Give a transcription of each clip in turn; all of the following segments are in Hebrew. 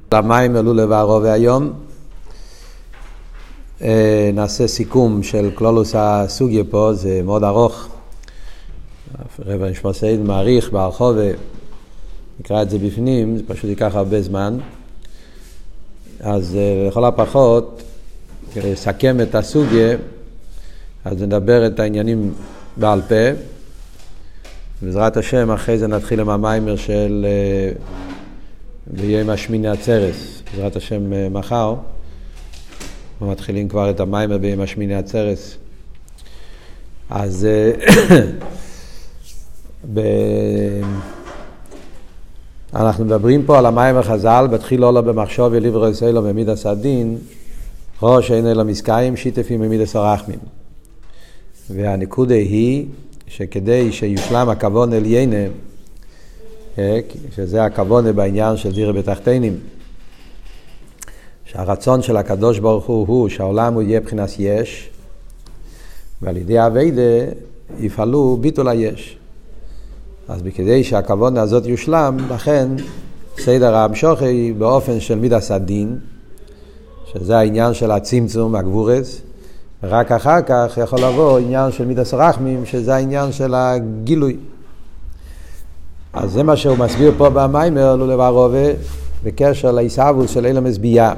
למים עלו לבערו והיום נעשה סיכום של כלולוס הסוגיה פה, זה מאוד ארוך. רב נשמע סעיד מעריך בהרחוב נקרא את זה בפנים, זה פשוט ייקח הרבה זמן. אז לכל הפחות כדי לסכם את הסוגיה, אז נדבר את העניינים בעל פה. בעזרת השם אחרי זה נתחיל עם המיימר של ביום השמיני עצרס, בעזרת השם מחר מתחילים כבר את המיימר ביום השמיני עצרס. אז אנחנו מדברים פה על המיימר חז"ל, בתחיל עולה במחשוב ולברוא ישראלו במידס הדין, ראש אין אלא מסקיים שיתפים במידס הרחמים. והנקודה היא שכדי שיושלם הכוון עליינה, שזה הכוון בעניין של דירה בתחתינים, שהרצון של הקדוש ברוך הוא שהעולם הוא יהיה בחינת יש, ועל ידי העבודה יפעלו ביטול היש. אז בכדי שהכוון הזאת יושלם, לכן סדר ההמשוך היא באופן של מידס הדין, שזה העניין של הצמצום, הגבורס, ורק אחר כך יכול לבוא עניין של מידס הרחמים, שזה העניין של הגילוי. אז זה מה שהוא מסביר פה במיימר לולבערו בקשר לעיסאוווס של אילם ביאה.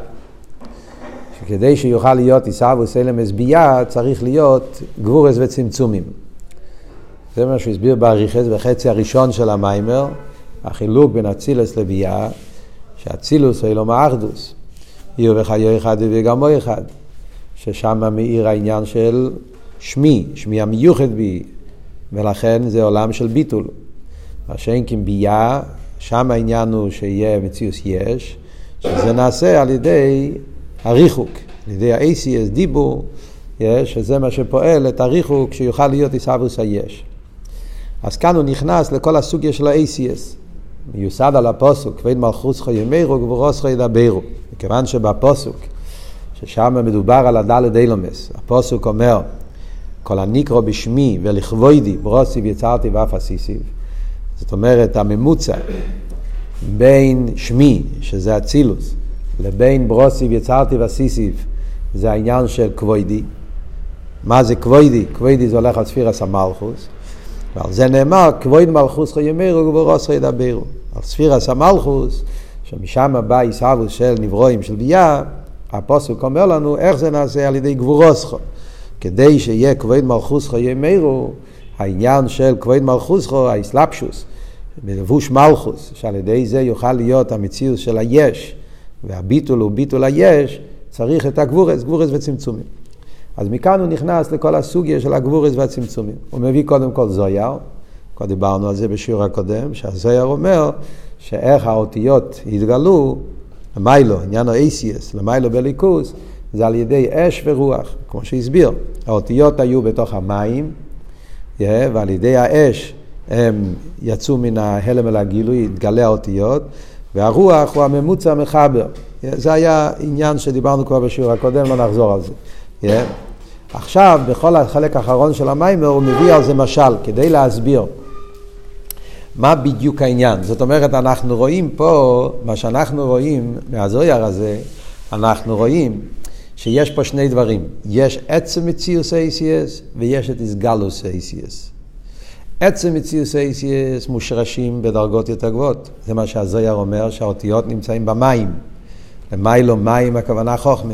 שכדי שיוכל להיות עיסאוווס אילם ביאה, צריך להיות גבורס וצמצומים. זה מה שהוא הסביר באריכות בחצי הראשון של המיימר, החילוק בין אצילוס לביאה, שאצילוס הוא אילום האחדוס, יהיו וחיו אחד וגמו אחד, ששם מאיר העניין של שמי המיוחד בי, ולכן זה עולם של ביטול. השם כביאה, שם העניין הוא שיהיה מציאוס יש, שזה נעשה על ידי הריחוק, על ידי ה-ACS דיבור, שזה מה שפועל את הריחוק שיוכל להיות עיסאוווס היש. אז כאן הוא נכנס לכל הסוגיה של ה-ACS, מיוסד על הפסוק, כבד מלכותך יאמרו גבורתך ידברו. מכיוון שבפסוק, ששם מדובר על הדלת אילומס, הפסוק אומר, כל הנקרא בשמי ולכבודי ברוסיב יצרתי ואף עשיסיב. זאת אומרת, הממוצע בין שמי, שזה אצילוס, לבין ברוסיב יצרתי ועשיסיב, זה העניין של כבודי. מה זה כבודי? כבודי זה הולך על ספירס המלכוס, ועל זה נאמר, כבוד מלכותך יאמרו גבורתך ידברו. על ספירס המלכוס, שמשם בא עיסאוווס של נברואים של ביאה, הפסוק אומר לנו איך זה נעשה על ידי גבורתך. כדי שיהיה כבוד מלכותך יאמרו, העניין של כבוד מלכותך, האסלאפשוס, בלבוש מלכוס, שעל ידי זה יוכל להיות המציאות של היש, והביטול הוא ביטול היש, צריך את הגבורס, גבורס וצמצומים. אז מכאן הוא נכנס לכל הסוגיה של הגבורס והצמצומים. הוא מביא קודם כל זויר, כבר דיברנו על זה בשיעור הקודם, שהזויר אומר שאיך האותיות התגלו, למיילו, עניין ה-ACS, למיילו בליכוס, זה על ידי אש ורוח, כמו שהסביר. האותיות היו בתוך המים, ועל ידי האש הם יצאו מן ההלם אל הגילוי, התגלה האותיות, והרוח הוא הממוצע המחבר. זה היה עניין שדיברנו כבר בשיעור הקודם, לא נחזור על זה. עכשיו, בכל החלק האחרון של המיימר, הוא מביא על זה משל, כדי להסביר מה בדיוק העניין. זאת אומרת, אנחנו רואים פה, מה שאנחנו רואים מהזויר הזה, אנחנו רואים שיש פה שני דברים. יש עצם מציאוס ACS ויש את הסגלוס ACS. עצם מציאוס ACS מושרשים בדרגות יותר גבוהות. זה מה שהזויר אומר, שהאותיות נמצאים במים. למיילו מים הכוונה חוכמה.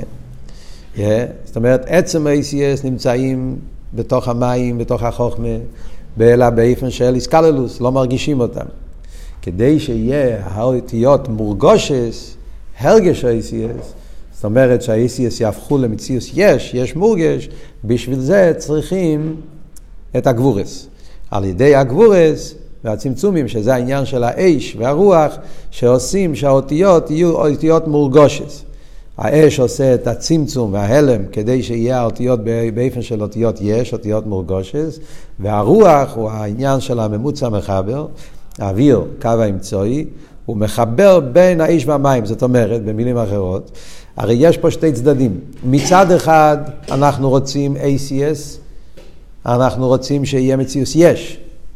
זאת אומרת, עצם ה-ACS נמצאים בתוך המים, בתוך החוכמה, אלא באופן של איסקללוס, לא מרגישים אותם. כדי שיהיה האותיות מורגושס, הרגש ה-ACS, זאת אומרת שה-ACS יהפכו למציאוס יש מורגש, בשביל זה צריכים את הגבורס. על ידי הגבורס והצמצומים, שזה העניין של האש והרוח, שעושים שהאותיות יהיו אותיות מורגושס. האש עושה את הצמצום וההלם כדי שיהיה האותיות באופן של אותיות יש, אותיות מורגושס, והרוח הוא העניין של הממוצע מחבר, האוויר, קו האמצעי, הוא מחבר בין האש והמים. זאת אומרת, במילים אחרות, הרי יש פה שתי צדדים. מצד אחד אנחנו רוצים ACS, אנחנו רוצים שיהיה מציאוס יש.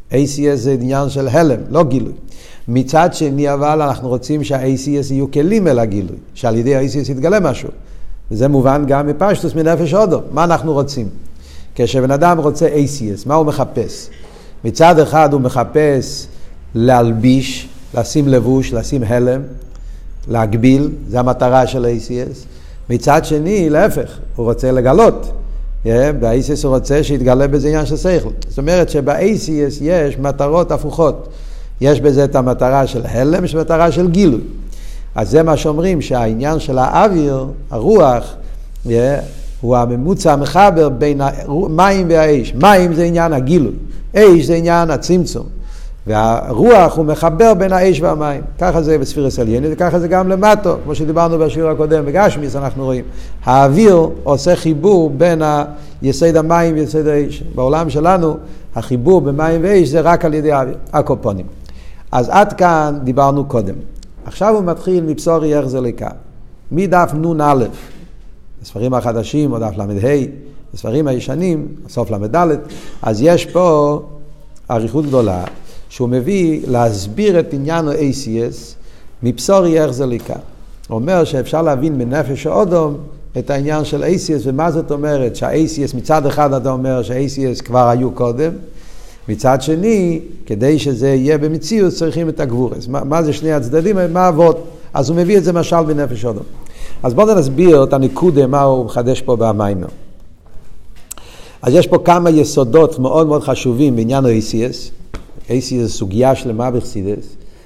ACS זה עניין של הלם, לא גילוי. מצד שני אבל אנחנו רוצים שה-ACS יהיו כלים אל הגילוי, שעל ידי ה-ACS יתגלה משהו. וזה מובן גם מפשטוס מנפש אודום. מה אנחנו רוצים? כשבן אדם רוצה ACS, מה הוא מחפש? מצד אחד הוא מחפש להלביש, לשים לבוש, לשים הלם, להגביל, זה המטרה של ACS. מצד שני, להפך, הוא רוצה לגלות. ב-ACS הוא רוצה שיתגלה בזה עניין של שכל. זאת אומרת שב-ACS יש מטרות הפוכות. יש בזה את המטרה של הלם, יש מטרה של גילוי. אז זה מה שאומרים, שהעניין של האוויר, הרוח, הוא הממוצע המחבר בין המים והאש. מים זה עניין הגילוי, אש זה עניין הצמצום. והרוח הוא מחבר בין האש והמים. ככה זה בספירס עליינית, וככה זה גם למטו, כמו שדיברנו בשיעור הקודם בגשמיס, אנחנו רואים. האוויר עושה חיבור בין יסוד המים ויסוד האש. בעולם שלנו, החיבור במים ואש זה רק על ידי האוויר, הקופונים. אז עד כאן דיברנו קודם. עכשיו הוא מתחיל מבשורי איך זה לקה. מדף נון א', בספרים החדשים, או דף למד ה', בספרים הישנים, סוף למד ד', אז יש פה אריכות גדולה, שהוא מביא להסביר את עניין ה-ACS מבשורי איך זה לקה. הוא אומר שאפשר להבין מנפש האודום את העניין של ACS, ומה זאת אומרת? שה-ACS מצד אחד אתה אומר שה-ACS כבר היו קודם, מצד שני, כדי שזה יהיה במציאות, צריכים את הגבורס. מה זה שני הצדדים? מה עבוד? אז הוא מביא את זה משל בנפש אודום. אז בואו נסביר את הנקודה, מה הוא מחדש פה במיימר. אז יש פה כמה יסודות מאוד מאוד חשובים בעניין ה-ACS. ACS זה סוגיה שלמה בחסידות,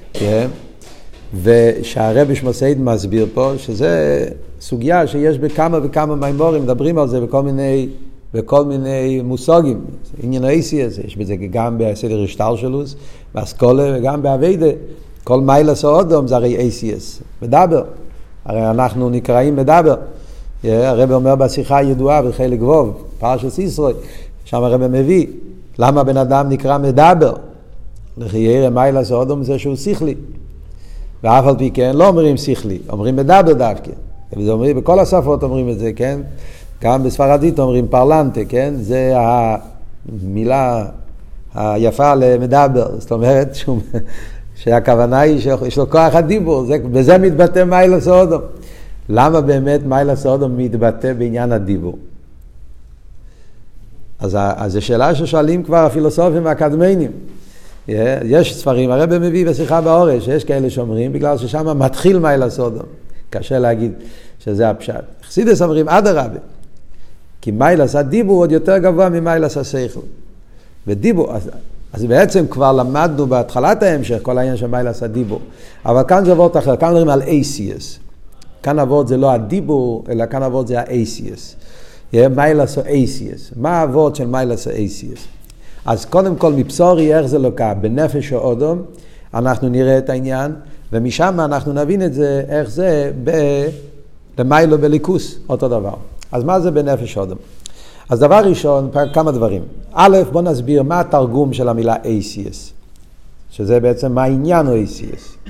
ושהרבי שמוסייד מסביר פה, שזה סוגיה שיש בכמה וכמה מיימורים, מדברים על זה בכל מיני מושגים. עניין ה-ACS, יש בזה גם בסדר השטר שלו, באסכולה וגם בעבודה. כל מיילס או אודום זה הרי ACS. מדבר. הרי אנחנו נקראים מדבר. הרבי אומר בשיחה הידועה בחלק ווב, פרשת ישראל, שם הרבי מביא, למה בן אדם נקרא מדבר? לחייר מיילס או אודום זה שהוא שכלי. ואף על פי כן לא אומרים שכלי, אומרים מדבר דווקא. וזה אומרים, בכל השפות אומרים את זה, כן? גם בספרדית אומרים פרלנטה, כן? זה המילה היפה למדבר. זאת אומרת שהכוונה היא שיש לו כוח הדיבור, בזה מתבטא מיילס או אודום. למה באמת מיילס או אודום מתבטא בעניין הדיבור? אז זו שאלה ששואלים כבר הפילוסופים האקדמיים. יש ספרים, הרבי מביא בשיחה באורש, שיש כאלה שאומרים, בגלל ששם מתחיל מיילס או אודום. קשה להגיד שזה הפשט. חסידות אומרים עד הרבי. כי מיילס הדיבור עוד יותר גבוה ממיילס השכל. ודיבור, אז בעצם כבר למדנו בהתחלת ההמשך כל העניין של מיילס הדיבור. אבל כאן זה עבוד אחר, כאן מדברים על ACS. כאן עבוד זה לא הדיבור, אלא כאן עבוד זה ה-ACS. מיילס או ACS. מה העבוד של מיילס או ACS? אז קודם כל מבשורי איך זה לוקה, בנפש או אודום, אנחנו נראה את העניין, ומשם אנחנו נבין את זה, איך זה למיילו בליכוס, אותו דבר. אז מה זה בנפש אודום? אז דבר ראשון, כמה דברים. א', בוא נסביר מה התרגום של המילה ACS, שזה בעצם מה העניין הוא ACS.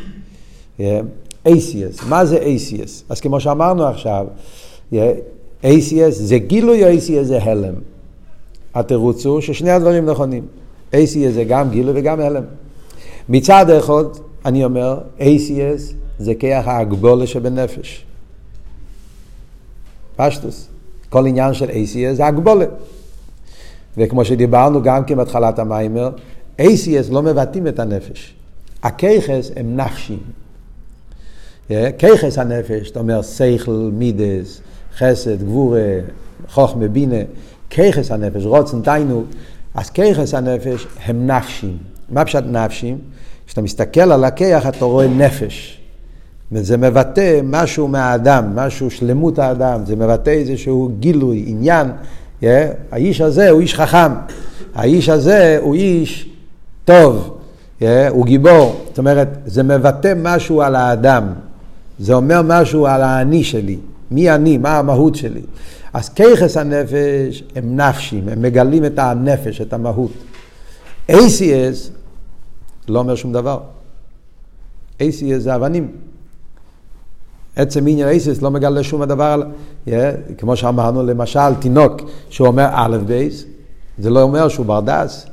ACS, מה זה ACS? אז כמו שאמרנו עכשיו, ACS זה גילוי או ACS זה הלם? התירוץ הוא ששני הדברים נכונים. ACS זה גם גילוי וגם הלם. מצד אחד, אני אומר, ACS זה כיח ההגבולה שבנפש. פשטוס. כל עניין של ACS זה הגבולה. וכמו שדיברנו גם כמתחלת המיימר, ACS לא מבטאים את הנפש. הכיחס הם נחשים. כיחס הנפש, זאת אומרת, שכל, מידס, חסד, גבורה, חוכמה, בינה, כיחס הנפש, רוצן, תענוג, אז כיחס הנפש הם נפשים. מה פשט נפשים? כשאתה מסתכל על הכיח, אתה רואה נפש. וזה מבטא משהו מהאדם, משהו שלמות האדם, זה מבטא איזשהו גילוי, עניין. האיש הזה הוא איש חכם, האיש הזה הוא איש טוב, הוא גיבור. זאת אומרת, זה מבטא משהו על האדם, זה אומר משהו על האני שלי, מי אני, מה המהות שלי. אז כיחס הנפש הם נפשים, הם מגלים את הנפש, את המהות. ACS לא אומר שום דבר. ACS זה אבנים. עצם עניין ACS לא מגלה שום דבר, כמו שאמרנו, למשל תינוק שהוא אומר א' בייס, זה לא אומר שהוא ברדס.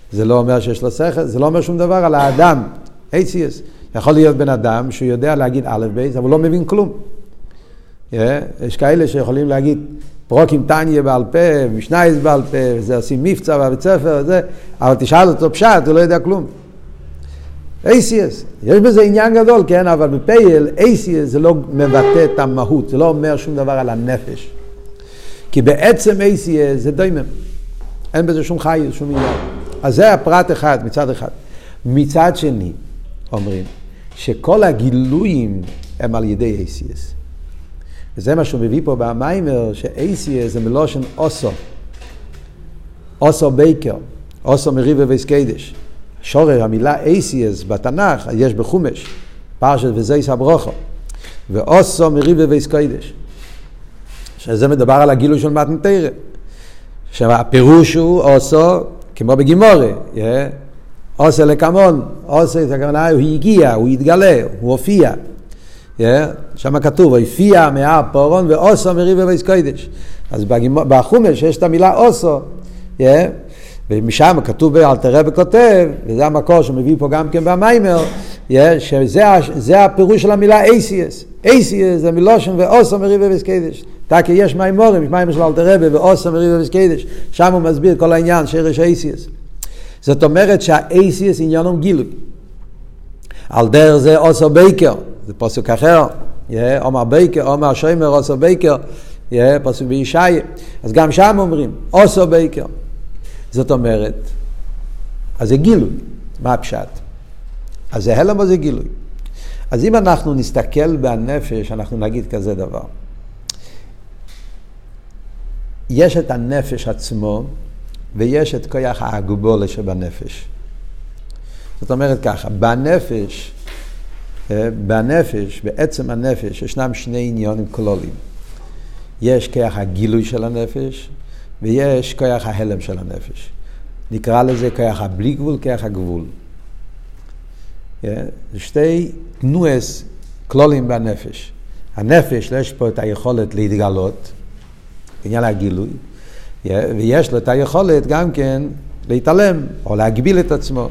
זה לא אומר שיש לו שכל, זה לא אומר שום דבר על האדם. אייסיאס. יכול להיות בן אדם שהוא יודע להגיד א' ב', אבל הוא לא מבין כלום. יש כאלה שיכולים להגיד פרוקים תניה בעל פה, משנייס בעל פה, וזה עושים מבצע בבית ספר וזה, אבל תשאל אותו פשט, הוא לא יודע כלום. אייסיאס. יש בזה עניין גדול, כן? אבל בפייל, אייסיאס זה לא מבטא את המהות, זה לא אומר שום דבר על הנפש. כי בעצם אייסיאס זה דוימם. אין בזה שום חי, שום עניין. אז זה הפרט אחד, מצד אחד. מצד שני, אומרים, שכל הגילויים הם על ידי אייסיאס. וזה מה שהוא מביא פה במיימר, שאייסיאס זה מלושן אוסו. אוסו בייקר. אוסו מריבה ויסקדש. שורר המילה אייסיאס בתנ"ך, יש בחומש, פרשת וזייס הברוכו. ואוסו מריבה ויסקדש. שזה מדבר על הגילוי של מתן תורה. שהפירוש הוא אוסו, כמו בגימורה, עושה לקמון, עושה, הוא הגיע, הוא התגלה, הוא הופיע. שם כתוב, הוא הופיע מהר פורון ואוסו מריבה ויסקדש. אז בחומש יש את המילה אוסו, ומשם כתוב באלתר רבי כותב, וזה המקור שמביא פה גם כן במיימר, שזה הפירוש של המילה אייסיאס. אייסיאס זה מלושן ואוסו מריבה ויסקדש. כי יש מיימורים, יש מיימר של אלתר רבי ואוסו מריבה ויסקדש. שם הוא מסביר כל העניין, שרש אייסיאס. זאת אומרת שהאייסיאס עניין הוא גילוי. על דרך זה אוסו בייקר, זה פסוק אחר, אומר בייקר, אומר שוימר אוסו בייקר, פסוק בישעיה. אז גם שם אומרים, אוסו בייקר. זאת אומרת, אז זה גילוי. מה הפשט? אז זה הלם או זה גילוי? אז אם אנחנו נסתכל בנפש, אנחנו נגיד כזה דבר. יש את הנפש עצמו, ויש את כוח ההגבולה שבנפש. זאת אומרת ככה, בנפש, בעצם הנפש, ישנם שני עניונים כלולים. יש כוח הגילוי של הנפש, ויש כוח ההלם של הנפש. נקרא לזה כוח הבלי גבול, כוח הגבול. שתי תנועס כלולים בנפש. הנפש, יש פה את היכולת להתגלות, עניין הגילוי, ויש לו את היכולת גם כן להתעלם, או להגביל את עצמו.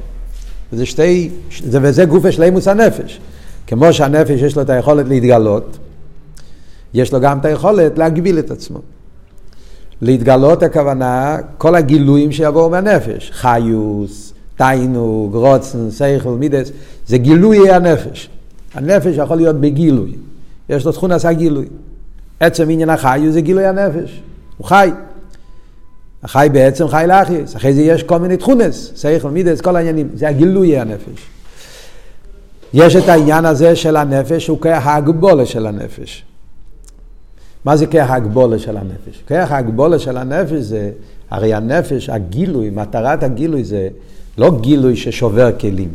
וזה גוף השלימוס הנפש. כמו שהנפש יש לו את היכולת להתגלות, יש לו גם את היכולת להגביל את עצמו. להתגלות הכוונה, כל הגילויים שיבואו מהנפש, חיוס, תיינוג, רוצן, שכל, מידס, זה גילוי הנפש. הנפש יכול להיות בגילוי. יש לו תכון עשה גילוי. עצם עניין החיוס זה גילוי הנפש. הוא חי. החי בעצם חי לאחייס. אחרי זה יש כל מיני תכונס, שכל, מידס, כל העניינים. זה הגילוי הנפש. יש את העניין הזה של הנפש, הוא כוח ההגבולה של הנפש. מה זה כוח ההגבולה של הנפש? כוח ההגבולה של הנפש זה, הרי הנפש, הגילוי, מטרת הגילוי זה לא גילוי ששובר כלים.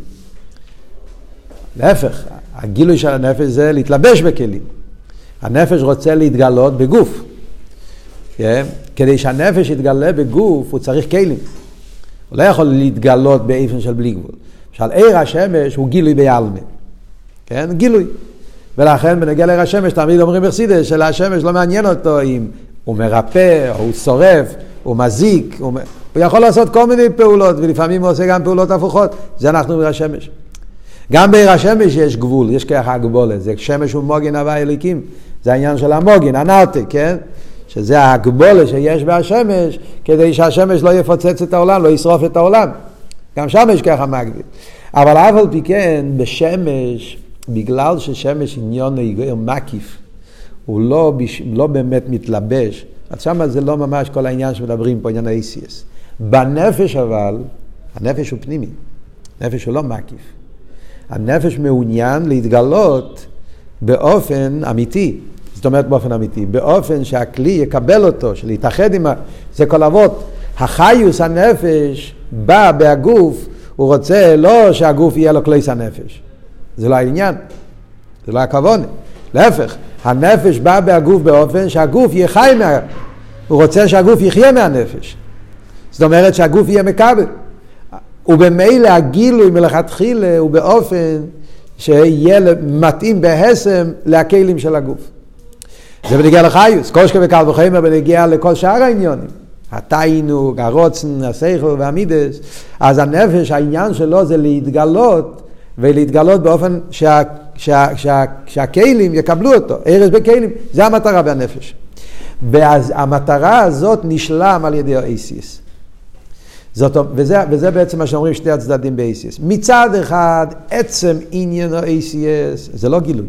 להפך, הגילוי של הנפש זה להתלבש בכלים. הנפש רוצה להתגלות בגוף. כדי שהנפש יתגלה בגוף, הוא צריך כלים. הוא לא יכול להתגלות באופן של בלי גבול. למשל, עיר השמש הוא גילוי ביעלמה. כן? גילוי. ולכן בנגיע לעיר השמש תמיד אומרים בחסידות שלשמש לא מעניין אותו אם הוא מרפא, או הוא שורף, הוא מזיק, הוא יכול לעשות כל מיני פעולות, ולפעמים הוא עושה גם פעולות הפוכות. זה אנחנו בעיר השמש. גם בעיר השמש יש גבול, יש כוח הגבולה. זה שמש הוא מוגן הווה אליקים. זה העניין של המוגן, הנרתק, כן? שזה הגבולה שיש בהשמש, כדי שהשמש לא יפוצץ את העולם, לא ישרוף את העולם. גם שמש ככה מגביל. אבל אף על פי כן, בשמש, בגלל ששמש עניון היגר מקיף, הוא לא באמת מתלבש, אז שמה זה לא ממש כל העניין שמדברים פה, עניין האיסיאס. בנפש אבל, הנפש הוא פנימי, הנפש הוא לא מקיף. הנפש מעוניין להתגלות באופן אמיתי, זאת אומרת באופן אמיתי, באופן שהכלי יקבל אותו, שלהתאחד עם זה כל אבות. החיוס הנפש בא בהגוף, הוא רוצה לא שהגוף יהיה לו כליס הנפש. זה לא העניין, זה לא הכוונה. להפך, הנפש בא בהגוף באופן שהגוף יהיה חי הוא רוצה שהגוף יחיה מהנפש. זאת אומרת שהגוף יהיה מקבל. ובמילא הגילוי מלכתחילה הוא באופן שיהיה מתאים בהסם להכלים של הגוף. זה בנגיע לחיוס. כל שקה וקל וחומר בנגיע לכל שאר העניונים. התיינוג, הרוצן, השכל והמידס, אז הנפש, העניין שלו זה להתגלות, ולהתגלות באופן שהכלים יקבלו אותו, ערש בכלים, זה המטרה בנפש. ואז המטרה הזאת נשלם על ידי האסיס. וזה בעצם מה שאומרים שתי הצדדים באסיס. מצד אחד, עצם עניין האסיס זה לא גילוי.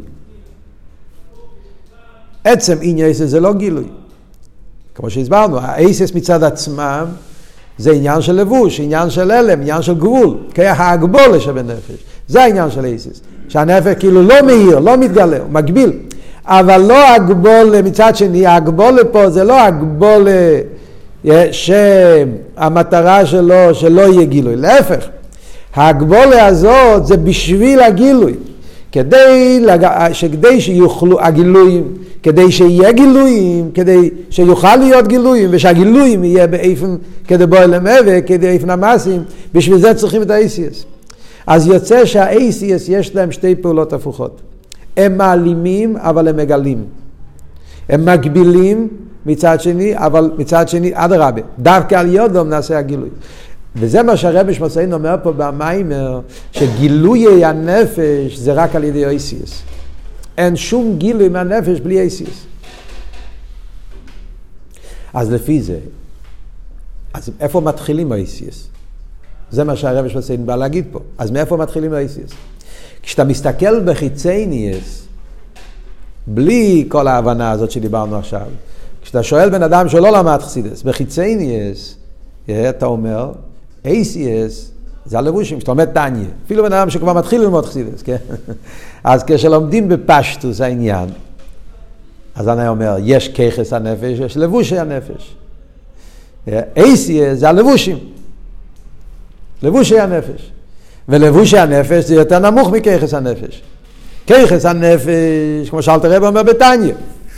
עצם עניין האסיס זה לא גילוי. כמו שהסברנו, האסיס מצד עצמם זה עניין של לבוש, עניין של אלם, עניין של גבול, ההגבולה שבנפש. זה העניין של האסיס. שהנפש כאילו לא מאיר, לא מתגלה, הוא מגביל. אבל לא הגבולה, מצד שני, הגבולה פה זה לא הגבולה שהמטרה שלו שלא יהיה גילוי. להפך, הגבולה הזאת זה בשביל הגילוי. כדי שיוכלו הגילויים, כדי שיהיה גילויים, כדי שיוכל להיות גילויים, ושהגילויים יהיה באיפן כדי בוא אל המאבק, כדי איפן המעשים, בשביל זה צריכים את האסיס. אז יוצא שהאסיס יש להם שתי פעולות הפוכות. הם מעלימים, אבל הם מגלים. הם מגבילים מצד שני, אבל מצד שני, אדרבה, דווקא על יודום נעשה הגילוי. וזה מה שהרבי שמוסיין אומר פה במיימר, שגילוי הנפש זה רק על ידי האסיס. אין שום גילוי מהנפש בלי אסיס. אז לפי זה, אז איפה מתחילים האסיס? זה מה שהרבי שמוסיין בא להגיד פה. אז מאיפה מתחילים האסיס? כשאתה מסתכל בחיצייניאס, בלי כל ההבנה הזאת שדיברנו עכשיו, כשאתה שואל בן אדם שלא למד חסידס, בחיצייניאס, אתה אומר, אייסיאס זה הלבושים, שאתה עומד תניה, אפילו בן אדם שכבר מתחיל ללמוד חסידס, כן? אז כשלומדים בפשטוס העניין, אז אני אומר, יש כיחס הנפש, יש לבושי הנפש. אייסיאס זה הלבושים, לבושי הנפש. ולבושי הנפש זה יותר נמוך מכיחס הנפש. כיחס הנפש, כמו שאלת הרב אומר בתניה,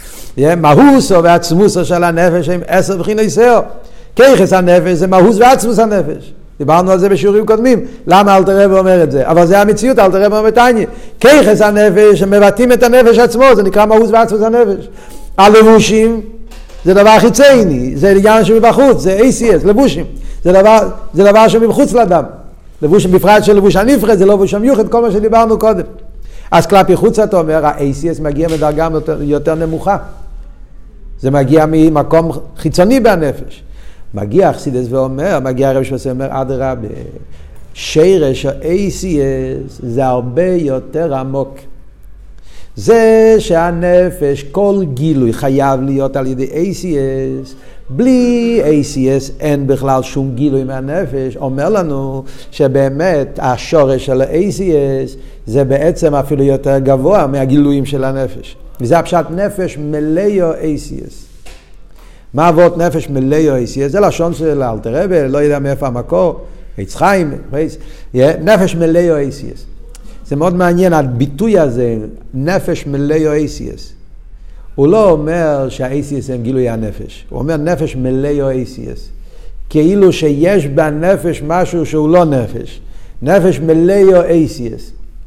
מהוסו ועצמוסו של הנפש הם 10 בחינות סעור. כיחס הנפש זה מהוס ועצמוס הנפש. דיברנו על זה בשיעורים קודמים. למה אלתר רב אומר את זה? אבל זה המציאות, אלתר רב אומר בתניה. כיחס הנפש, הם מבטאים את הנפש עצמו, זה נקרא מהוס ועצמוס הנפש. הלבושים זה דבר חיצייני, זה עניין שמבחוץ, זה ACS, לבושים. זה דבר שמבחוץ לאדם. לבושים בפרט של לבוש הנפרד, זה לא לבוש המיוחד, כל מה שדיברנו קודם. אז כלפי חוץ אתה אומר, ה-ACS מגיע מדרגה יותר נמוכה. זה מגיע ממקום חיצוני בנפש. מגיע חסידס ואומר, מגיע הרב שמוסיין ואומר, אדרבה, שרש ה-ACS זה הרבה יותר עמוק. זה שהנפש, כל גילוי חייב להיות על ידי ACS, בלי ACS אין בכלל שום גילוי מהנפש. אומר לנו שבאמת השורש של ה-ACS זה בעצם אפילו יותר גבוה מהגילויים של הנפש. וזה הפשט נפש מלאו ACS. מה עבוד נפש מלאו ACS? זה לשון של אלתר רב, לא יודע מאיפה המקור, עץ חיים, נפש מלאו ACS. זה מאוד מעניין, הביטוי הזה, נפש מלאו ACS. הוא לא אומר שה-ACS הם גילוי הנפש. הוא אומר נפש מלאו ACS. כאילו שיש בנפש משהו שהוא לא נפש. נפש מלאו ACS.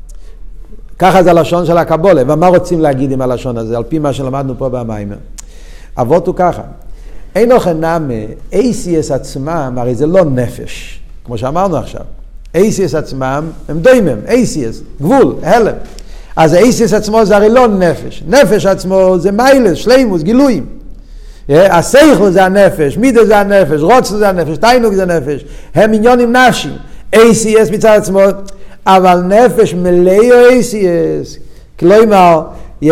ככה זה הלשון של הקבולה. ומה רוצים להגיד עם הלשון הזה? על פי מה שלמדנו פה במיימר. אבות הוא ככה. אין אוכן נמה, ACS עצמם, הרי זה לא נפש. כמו שאמרנו עכשיו. ACS עצמם הם דוימם. ACS, גבול, הלם. אז האיסיס עצמו זה הרי לא נפש. נפש עצמו זה מיילס, שלימוס, גילויים. השכל זה הנפש, מידה זה הנפש, רוצן זה הנפש, תיינוג זה הנפש. הם עניונים נפשים. ACS מצד עצמו, אבל נפש מלאו ACS. כלומר,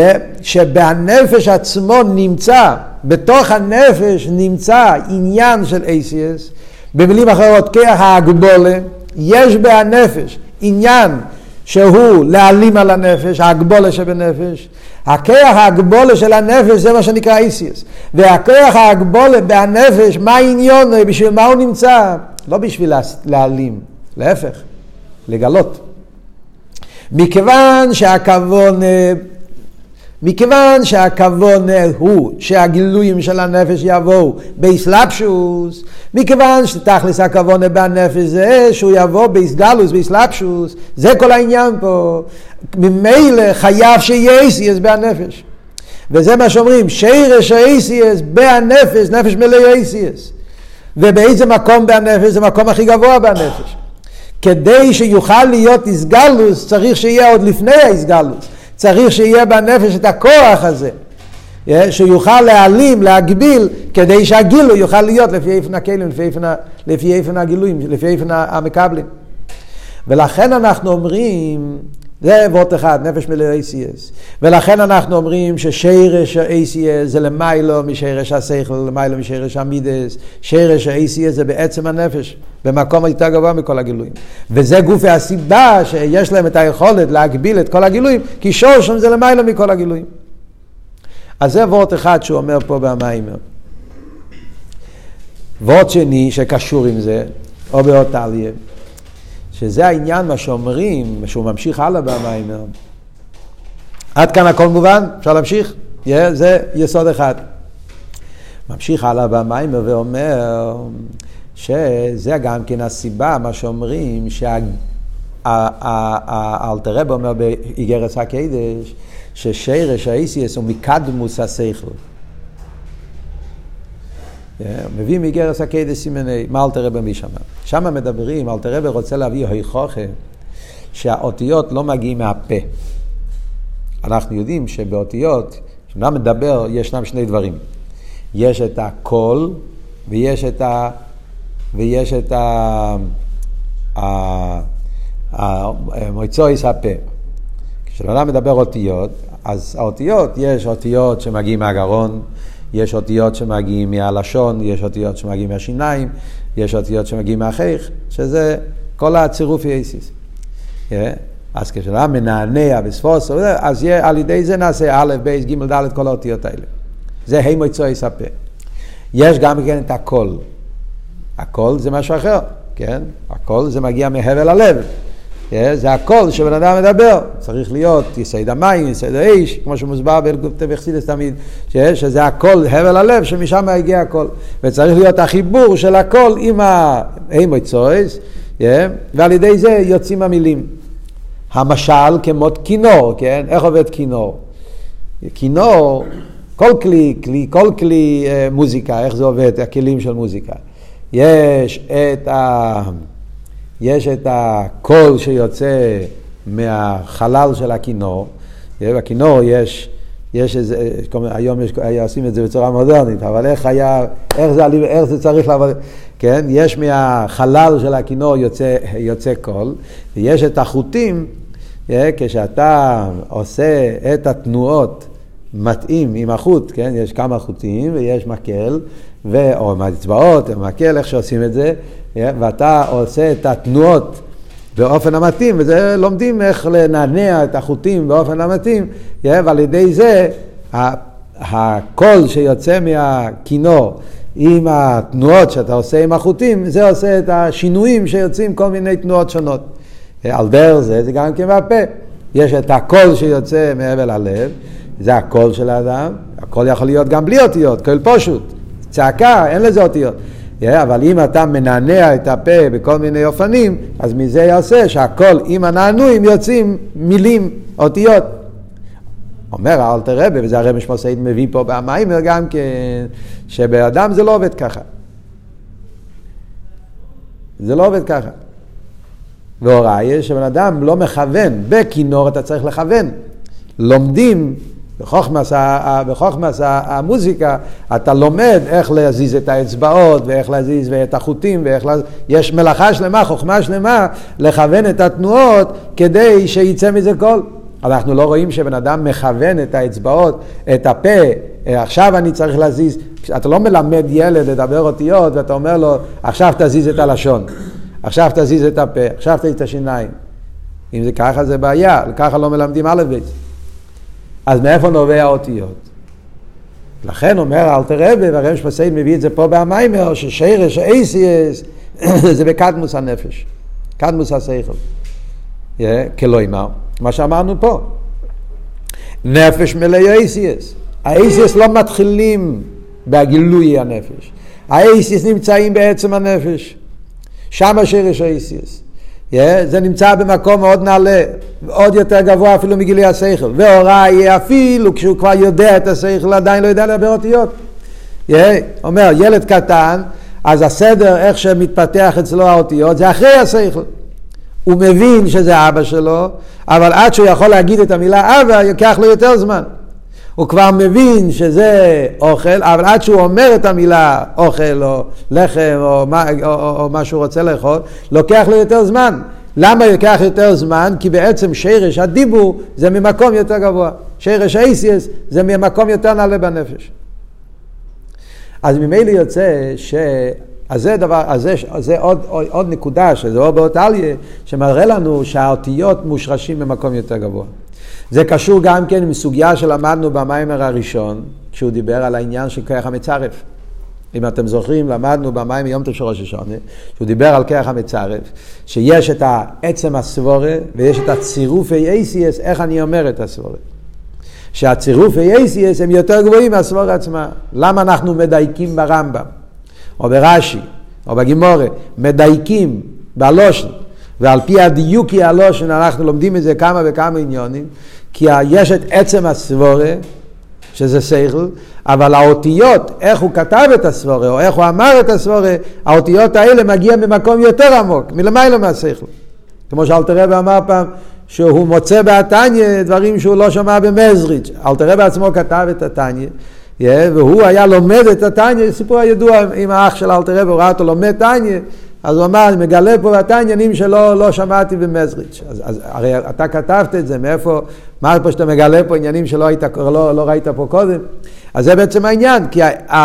שבנפש עצמו נמצא, בתוך הנפש נמצא עניין של ACS. במילים אחרות, כח ההגבולה, יש בהנפש עניין שהוא להעלים על הנפש, ההגבולה שבנפש. הכוח ההגבולה של הנפש זה מה שנקרא ACS. והכוח ההגבולה בהנפש, מה העניין? בשביל מה הוא נמצא? לא בשביל להעלים, להפך, לגלות. מכיוון שהכוונה הוא שהגילויים של הנפש יבואו באסלאפשוס, מכיוון שתכלס הכוונה בנפש זה שהוא יבוא באסגלוס, באסלאפשוס, זה כל העניין פה. ממילא חייב שיהיה ACS בנפש. וזה מה שאומרים, שרש ה-ACS בנפש, נפש מלאו ACS. ובאיזה מקום בנפש? זה המקום הכי גבוה בנפש. כדי שיוכל להיות הסגלוס, צריך שיהיה עוד לפני ההסגלוס. צריך שיהיה בנפש את הכוח הזה. שיוכל להעלים, להגביל, כדי שהגילוי יוכל להיות לפי איפן הכלים, לפי איפן הגילויים, לפי איפן המקבלים. ולכן אנחנו אומרים, זה וורט אחד, נפש מלא ACS. ולכן אנחנו אומרים ששרש ה-ACS זה למיילו משרש השכל, למיילו משרש המידס. שרש ה-ACS זה בעצם הנפש, במקום יותר גבוה מכל הגילויים. וזה גוף הסיבה שיש להם את היכולת להגביל את כל הגילויים, כי שורשם זה למיילו מכל הגילויים. אז זה וורט אחד שהוא אומר פה במיימר. וורט שני שקשור עם זה, או באות עלייה, שזה העניין מה שאומרים, שהוא ממשיך הלאה במיימר. עד כאן הכל מובן? אפשר להמשיך? זה יסוד אחד. ממשיך הלאה במיימר ואומר שזה גם כן הסיבה, מה שאומרים, שהאלטר רב אומר באיגרת הקדש, ששרש האיסיאס הוא מקדמוס השכל. מביא מאיגרת הקדש סימני, מה אלתר רב משם? שם מדברים, אלתר רב רוצה להביא הוכחה שהאותיות לא מגיעים מהפה. אנחנו יודעים שבאותיות, כשאדם מדבר, ישנם שני דברים. יש את הקול ויש את המועצויס הפה. כשאדם מדבר אותיות, אז האותיות, יש אותיות שמגיעים מהגרון, יש אותיות שמגיעים מהלשון, יש אותיות שמגיעים מהשיניים, יש אותיות שמגיעים מהחייך, שזה כל הצירוף יסיס. אז כשאדם מנענע בספוס, אז על ידי זה נעשה א', ב', ג', ד', כל האותיות האלה. זה הימויצוי ספה. יש גם כן את הקול. הקול זה משהו אחר, כן? הקול זה מגיע מהבל הלב. זה הקול שבן אדם מדבר. צריך להיות יסוד המים, יסוד האש, כמו שמוסבר בחסידות תמיד, שזה הקול, הבל הלב, שמשם הגיע הקול. וצריך להיות החיבור של הקול עם הימויצוי, ועל ידי זה יוצאים המילים. המשל כמו כינור, כן? איך עובד כינור? כינור, כל כלי מוזיקה, איך זה עובד? הכלים של מוזיקה. יש את הקול שיוצא מהחלל של הכינור. בכינור יש איזה, היום עושים את זה בצורה מודרנית, אבל איך זה צריך לעבוד? כן? יש מהחלל של הכינור יוצא קול, ויש את החוטים, כשאתה עושה את התנועות מתאים עם החוט, כן? יש כמה חוטים ויש מקל, או מהאצבעות, או מקל, איך שעושים את זה, ואתה עושה את התנועות באופן המתאים, וזה לומדים איך לנענע את החוטים באופן המתאים, ועל ידי זה הקול שיוצא מהכינור עם התנועות שאתה עושה עם החוטים, זה עושה את השינויים שיוצאים כל מיני תנועות שונות. על דרך זה גם כן מהפה. יש את הקול שיוצא מהבל הלב, זה הקול של האדם. הקול יכול להיות גם בלי אותיות, קול פשוט. צעקה, אין לזה אותיות. אבל אם אתה מנענע את הפה בכל מיני אופנים, אז מזה יעשה שהקול עם הנענועים יוצאים מילים, אותיות. אומר האלטר רבי, וזה הרבי שמוסעיד מביא פה במיימר גם כן, שבאדם זה לא עובד ככה. זה לא עובד ככה. והוראי שבן אדם לא מכוון, בכינור אתה צריך לכוון. לומדים, בחוכמס המוזיקה, אתה לומד איך להזיז את האצבעות, ואיך להזיז את החוטים, יש מלאכה שלמה, חוכמה שלמה, לכוון את התנועות, כדי שיצא מזה קול. אנחנו לא רואים שבן אדם מכוון את האצבעות, את הפה, עכשיו אני צריך להזיז, אתה לא מלמד ילד לדבר אותיות, ואתה אומר לו, עכשיו תזיז את הלשון, עכשיו תזיז את הפה, עכשיו תזיז את השיניים. אם זה ככה זה בעיה, ככה לא מלמדים א' ב'. אז מאיפה נובע האותיות? לכן אומר האלטר רבי, והרבי שמוסעיד מביא את זה פה במיימר, ששרש האיסיאס זה בקדמוס הנפש, קדמוס השכל. כלומר, מה שאמרנו פה, נפש מלא האיסיאס. האיסיאס לא מתחילים בגילוי הנפש. האיסיאס נמצאים בעצם הנפש. שם שרש האיסיאס. זה נמצא במקום מאוד נעלה, עוד יותר גבוה אפילו מגילי השכל. והוראי אפילו כשהוא כבר יודע את השכל, עדיין לא יודע לדבר אותיות. אומר, ילד קטן, אז הסדר, איך שמתפתח אצלו האותיות, זה אחרי השכל. הוא מבין שזה אבא שלו, אבל עד שהוא יכול להגיד את המילה אבא, ייקח לו יותר זמן. הוא כבר מבין שזה אוכל, אבל עד שהוא אומר את המילה אוכל או לחם או מה שהוא רוצה לאכול, לוקח לו יותר זמן. למה ייקח יותר זמן? כי בעצם שרש הדיבור זה ממקום יותר גבוה. שרש האיסיאס זה ממקום יותר נעלה בנפש. אז ממילא יוצא אז זה עוד נקודה, שזה עוד באותליה, שמראה לנו שהאותיות מושרשים במקום יותר גבוה. זה קשור גם כן עם סוגיה שלמדנו במיימר הראשון, כשהוא דיבר על העניין של כוח המצרף. אם אתם זוכרים, למדנו במיימר יום טוב של ראש השונה, שהוא דיבר על כוח המצרף, שיש את העצם הסבורה, ויש את הצירופי אייסיאס, איך אני אומר את הסבורה. שהצירופי אייסיאס הם יותר גבוהים מהסבורה עצמה. למה אנחנו מדייקים ברמב"ם, או ברש"י, או בגימורה, מדייקים בלושן, ועל פי הדיוקי הלושן אנחנו לומדים את זה כמה וכמה עניונים, כי יש את עצם הסבורה, שזה שכל, אבל האותיות, איך הוא כתב את הסבורה, או איך הוא אמר את הסבורה, האותיות האלה מגיע ממקום יותר עמוק, מלמעלה מהשכל. כמו שאלתר רבי אמר פעם, שהוא מוצא בתניא דברים שהוא לא שמע במזריץ'. אלתר רבי עצמו כתב את התניא, והוא היה לומד את התניא, סיפור הידוע עם האח של אלתר רבי, הוא ראה אותו לומד תניא, אז הוא אמר, אני מגלה פה בתעניינים שלא לא שמעתי במזריץ'. אז הרי אתה כתבת את זה, מאיפה, מה פה שאתה מגלה פה עניינים שלא לא ראית פה קודם? אז זה בעצם העניין, כי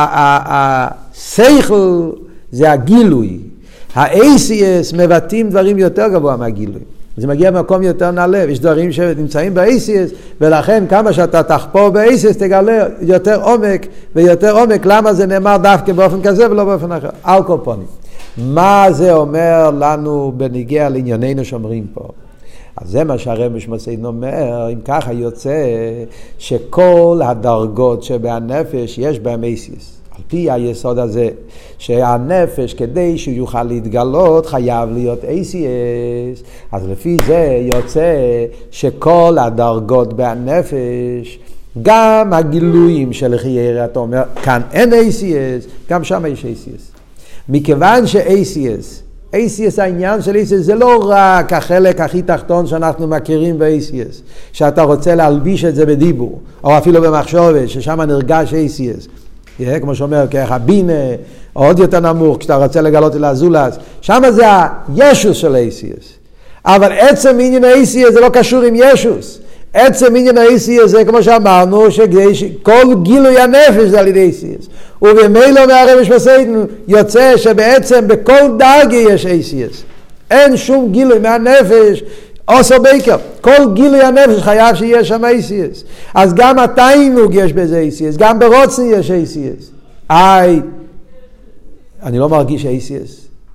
השכל זה הגילוי. ה-ACS מבטאים דברים יותר גבוה מהגילוי. זה מגיע במקום יותר נעלה, יש דברים שנמצאים ב-ACS, ולכן כמה שאתה תחפור ב-ACS תגלה יותר עומק ויותר עומק, למה זה נאמר דווקא באופן כזה ולא באופן אחר. על כל פנים. מה זה אומר לנו בניגיע לענייננו שאומרים פה? אז זה מה שהרב משמעסיין אומר, אם ככה יוצא שכל הדרגות שבהנפש יש בהם אייסיס. על פי היסוד הזה, שהנפש כדי שהוא יוכל להתגלות חייב להיות אייסיס. אז לפי זה יוצא שכל הדרגות בהנפש, גם הגילויים של חיירה, אתה אומר, כאן אין אייסיס, גם שם יש אייסיס. מכיוון ש-ACS, העניין של ACS זה לא רק החלק הכי תחתון שאנחנו מכירים ב-ACS, שאתה רוצה להלביש את זה בדיבור, או אפילו במחשבת, ששם נרגש ACS. כמו שאומר, ככה הבינה, או עוד יותר נמוך, כשאתה רוצה לגלות אל הזולס, שם זה הישוס של ACS. אבל עצם עניין ה-ACS זה לא קשור עם ישוס. עצם עניין ה-ACS זה כמו שאמרנו, שכל גילוי הנפש זה על ידי ACS. ובמילא מהרב משמעסיין יוצא שבעצם בכל דרגה יש ACS. אין שום גילוי מהנפש, עושה בעיקר. כל גילוי הנפש חייב שיש שם ACS. אז גם התיינוג יש בזה ACS, גם ברוצן יש ACS. אני לא מרגיש ACS.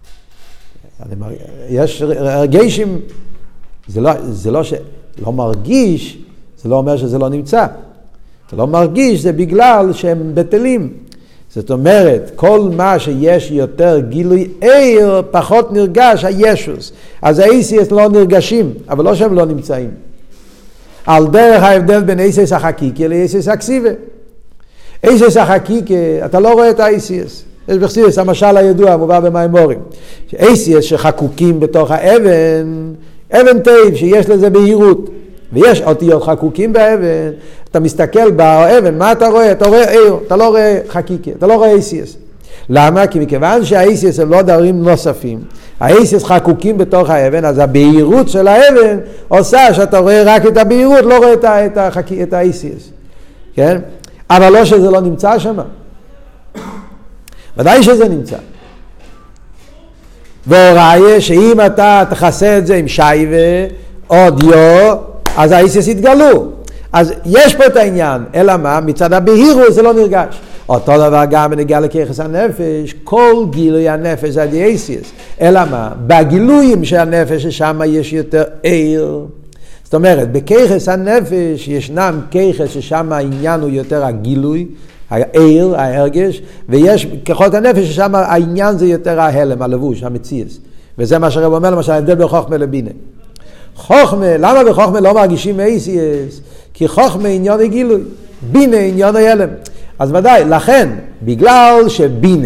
יש רגשים, זה לא לא מרגיש, זה לא אומר שזה לא נמצא. זה לא מרגיש, זה בגלל שהם בטלים. זאת אומרת, כל מה שיש יותר גילוי עיר, פחות נרגש הישוס. אז ה-ACS לא נרגשים, אבל לא שהם לא נמצאים. על דרך ההבדל בין ACS החקיקי ל-ACS הכסיבה. ACS החקיקי, אתה לא רואה את ה-ACS. יש בחסידות, המשל הידוע, מובא במיימורים. ACS שחקוקים בתוך האבן, אבן טייב שיש לזה בהירות, ויש אותיות חקוקים באבן, אתה מסתכל באבן, מה אתה רואה? אתה רואה עיר, אתה לא רואה חקיקה, אתה לא רואה ACS. למה? כי מכיוון שה-ACS הם לא דברים נוספים, ה-ACS חקוקים בתוך האבן, אז הבהירות של האבן עושה שאתה רואה רק את הבהירות, לא רואה את ה-ACS. כן? אבל לא שזה לא נמצא שם. ודאי שזה נמצא. והוראיה שאם אתה תחסה את זה עם שייבה או דיו, אז האיסיס יתגלו. אז יש פה את העניין, אלא מה? מצד הבהירות זה לא נרגש. אותו דבר גם בנגיע לכיחס הנפש, כל גילוי הנפש זה האיסיס. אלא מה? בגילויים של הנפש ששם יש יותר עיר. זאת אומרת, בכיחס הנפש ישנם כיחס ששם העניין הוא יותר הגילוי, העיר, ההרגש, ויש כוחות הנפש ששם העניין זה יותר ההלם, הלבוש, המציאס. וזה מה שהרב אומר, למשל, ההבדל בין חוכמה לבינה. חוכמה, למה בחוכמה לא מרגישים ACS? כי חוכמה עניין הגילוי, בינה עניין ההלם. אז ודאי, לכן, בגלל שבינה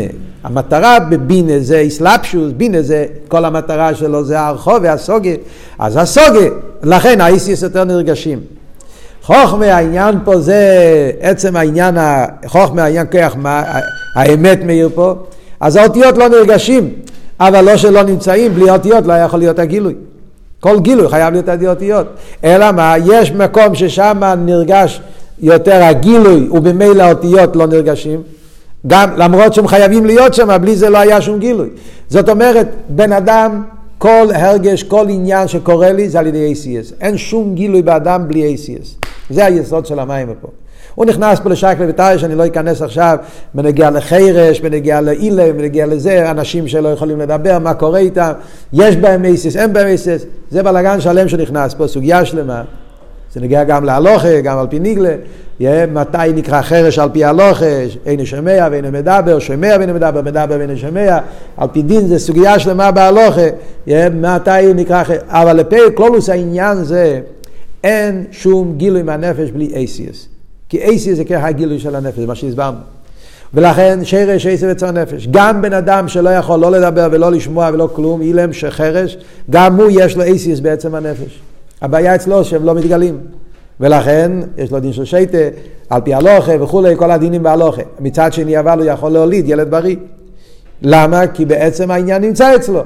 המטרה בבינה זה איסלאפשוס, בינה זה, כל המטרה שלו זה הרחוב והסוגה, אז הסוגה, לכן האיסיוס יותר נרגשים. חוכמה העניין פה זה עצם העניין, חוכמה העניין כוח, האמת מאיר פה, אז האותיות לא נרגשים, אבל לא שלא נמצאים, בלי אותיות לא יכול להיות הגילוי. כל גילוי חייב להיות האותיות. אלא מה? יש מקום ששם נרגש יותר הגילוי, ובמילא האותיות לא נרגשים, גם למרות שהם חייבים להיות שם, בלי זה לא היה שום גילוי. זאת אומרת, בן אדם, כל הרגש, כל עניין שקורה לי, זה על ידי ACS. אין שום גילוי באדם בלי ACS. זה היסוד של המים פה. הוא נכנס פה לשקל ותאי, שאני לא אכנס עכשיו, בנגיע לחרש, בנגיע לאילם, בנגיע לזה, אנשים שלא יכולים לדבר, מה קורה איתם, יש בהם ACS, אין בהם ACS. זה בלגן שלם שנכנס פה, סוגיה שלמה. זה נגיע גם להלוכה, גם על פי ניגלה, מתי נקרא חרש על פי הלוכה, אין שומע ואין מדבר, שומע ואין מדבר, מדבר ואין שומע, על פי דין זה סוגיה שלמה בהלוכה, מתי נקרא חרש, אבל לפי כלולוס העניין זה, אין שום גילוי מהנפש בלי ACS, כי ACS זה ככה הגילוי של הנפש, זה מה שהסברנו. ולכן שרש ACS וצר נפש, גם בן אדם שלא יכול לא לדבר ולא לשמוע ולא כלום, אילם שחרש, גם הוא יש לו ACS בעצם הנפש. הבעיה אצלו שהם לא מתגלים, ולכן יש לו דין של שייטה, על פי הלוכה וכו', כל הדינים בהלוכה. מצד שני אבל הוא יכול להוליד ילד בריא. למה? כי בעצם העניין נמצא אצלו.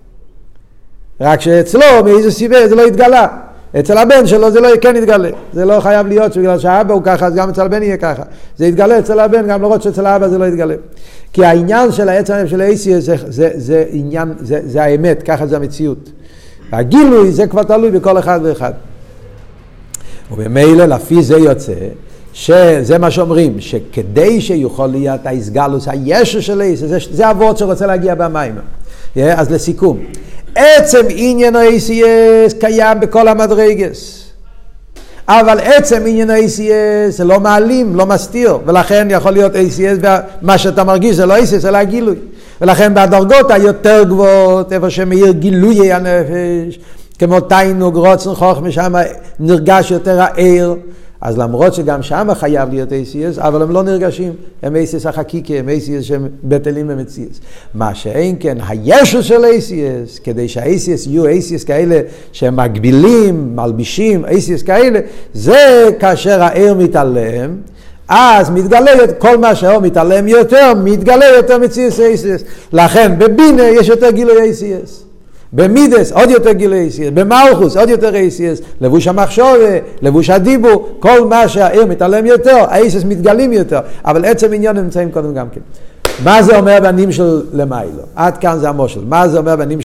רק שאצלו, מאיזה סיבה, זה לא התגלה. אצל הבן שלו זה לא כן יתגלה. זה לא חייב להיות, בגלל שהאבא הוא ככה, אז גם אצל הבן יהיה ככה. זה יתגלה אצל הבן, גם לראות שאצל האבא זה לא יתגלה. כי העניין של העצם של ACS זה עניין, זה האמת, ככה זה המציאות. והגילוי זה כבר תלוי בכל אחד ואחד. ובמילא לפי זה יוצא, שזה מה שאומרים, שכדי שיכול להיות ההסגלוס הישו של ACS, זה עבוד שרוצה להגיע במים. אז לסיכום, עצם עניין ה-ACS קיים בכל המדרגס, אבל עצם עניין ה-ACS זה לא מעלים, לא מסתיר, ולכן יכול להיות ACS, ומה שאתה מרגיש זה לא ACS, זה לא הגילוי. ולכן בדרגות היותר גבוהות, איפה שמאיר גילוי הנפש, כמו תיינוג, רוצן, חוכמה, שם נרגש יותר העיר, אז למרות שגם שם חייב להיות ACS, אבל הם לא נרגשים, הם ACS החקיקה, הם ACS שהם בטלים במציאות. מה שאין כן, הישו של ACS, כדי שה-ACS יהיו ACS כאלה שהם מגבילים, מלבישים, ACS כאלה, זה כאשר העיר מתעלם, אז מתגלה כל מה שהאור מתעלם יותר, מתגלה יותר מציאות ACS. לכן בבינה יש יותר גילוי ACS. במידס עוד יותר גילוי ACS, במלכוס עוד יותר ACS, לבוש המחשוב, לבוש הדיבור, כל מה שהעיר מתעלם יותר, ה-ACS מתגלים יותר, אבל עצם עניין נמצאים קודם גם כן. מה זה אומר בנים של למיילו? עד כאן זה המושל. מה זה אומר בנים